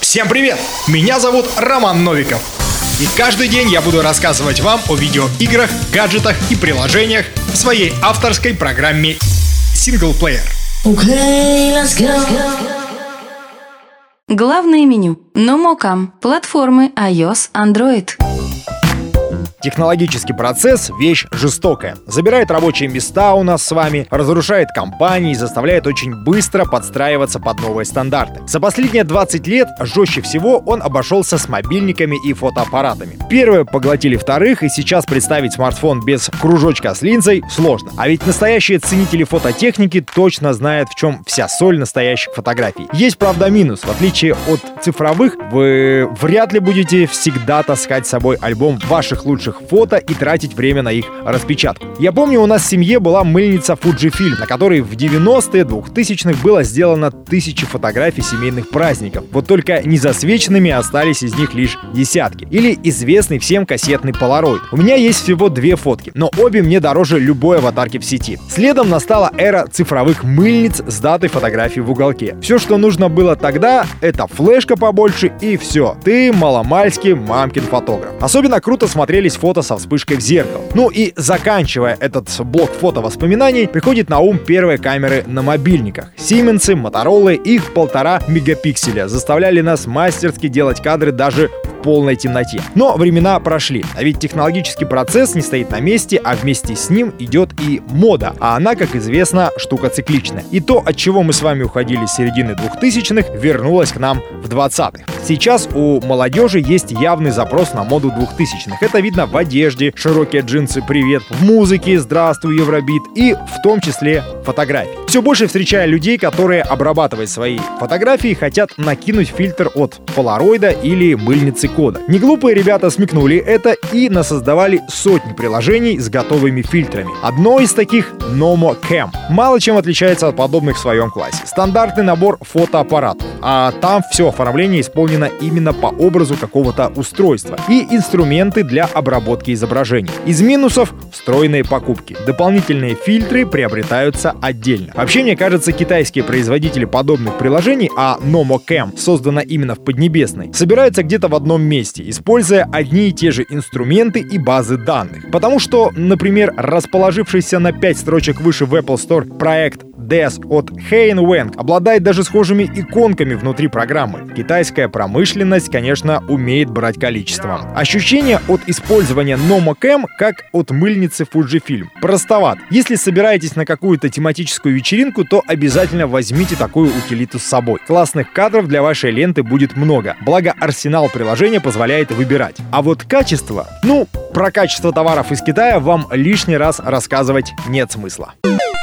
Всем привет! Меня зовут Роман Новиков. И каждый день я буду рассказывать вам о видеоиграх, гаджетах и приложениях в своей авторской программе «Синглплеер». Okay, let's go. Главное меню. Nomocam. Платформы iOS, Android. Технологический процесс – вещь жестокая. Забирает рабочие места у нас с вами, разрушает компании и заставляет очень быстро подстраиваться под новые стандарты. За последние 20 лет жестче всего он обошелся с мобильниками и фотоаппаратами. Первые поглотили вторых, и сейчас представить смартфон без кружочка с линзой сложно. А ведь настоящие ценители фототехники точно знают, в чем вся соль настоящих фотографий. Есть, правда, минус. В отличие от цифровых, вы вряд ли будете всегда таскать с собой альбом ваших лучших фото и тратить время на их распечатку. Я помню, у нас в семье была мыльница Fujifilm, на которой в 90-е, 2000-х было сделано 1000 фотографий семейных праздников. Вот только незасвеченными остались из них лишь десятки. Или известный всем кассетный Polaroid. У меня есть всего 2 фотки, но обе мне дороже любой аватарки в сети. Следом настала эра цифровых мыльниц с датой фотографии в уголке. Все, что нужно было тогда, это флешка побольше и все. Ты маломальски мамкин фотограф. Особенно круто смотрелись фото со вспышкой в зеркало. Ну и заканчивая этот блок фото-воспоминаний, приходит на ум первые камеры на мобильниках. Сименсы, Моторолы, их 1,5 мегапикселя заставляли нас мастерски делать кадры даже в полной темноте. Но времена прошли, а ведь технологический процесс не стоит на месте, а вместе с ним идет и мода, а она, как известно, штука цикличная. И то, от чего мы с вами уходили с середины 2000-х, вернулось к нам в 20-х. Сейчас у молодежи есть явный запрос на моду 2000-х. Это видно в одежде, широкие джинсы «Привет», в музыке «Здравствуй, Евробит» и в том числе фотографии. Все больше встречаю людей, которые, обрабатывая свои фотографии, хотят накинуть фильтр от полароида или мыльницы кода. Неглупые ребята смекнули это и насоздавали сотни приложений с готовыми фильтрами. Одно из таких — Nomocam. Мало чем отличается от подобных в своем классе. Стандартный набор фотоаппаратов, а там все оформление исполнено именно по образу какого-то устройства и инструменты для обработки изображений. Из минусов — встроенные покупки. Дополнительные фильтры приобретаются отдельно. Вообще, мне кажется, китайские производители подобных приложений, а Nomocam создана именно в Поднебесной, собираются где-то в одном месте, используя одни и те же инструменты и базы данных. Потому что, например, расположившийся на 5 строчек выше в Apple Store проект Des от Hein Wang обладает даже схожими иконками внутри программы. Китайская промышленность, конечно, умеет брать количеством. Ощущение от использования Nomocam как от мыльницы Fujifilm. Простоват. Если собираетесь на какую-то тематическую вечеринку, то обязательно возьмите такую утилиту с собой. Классных кадров для вашей ленты будет много. Благо, арсенал приложения позволяет выбирать. А вот качество, про качество товаров из Китая вам лишний раз рассказывать нет смысла.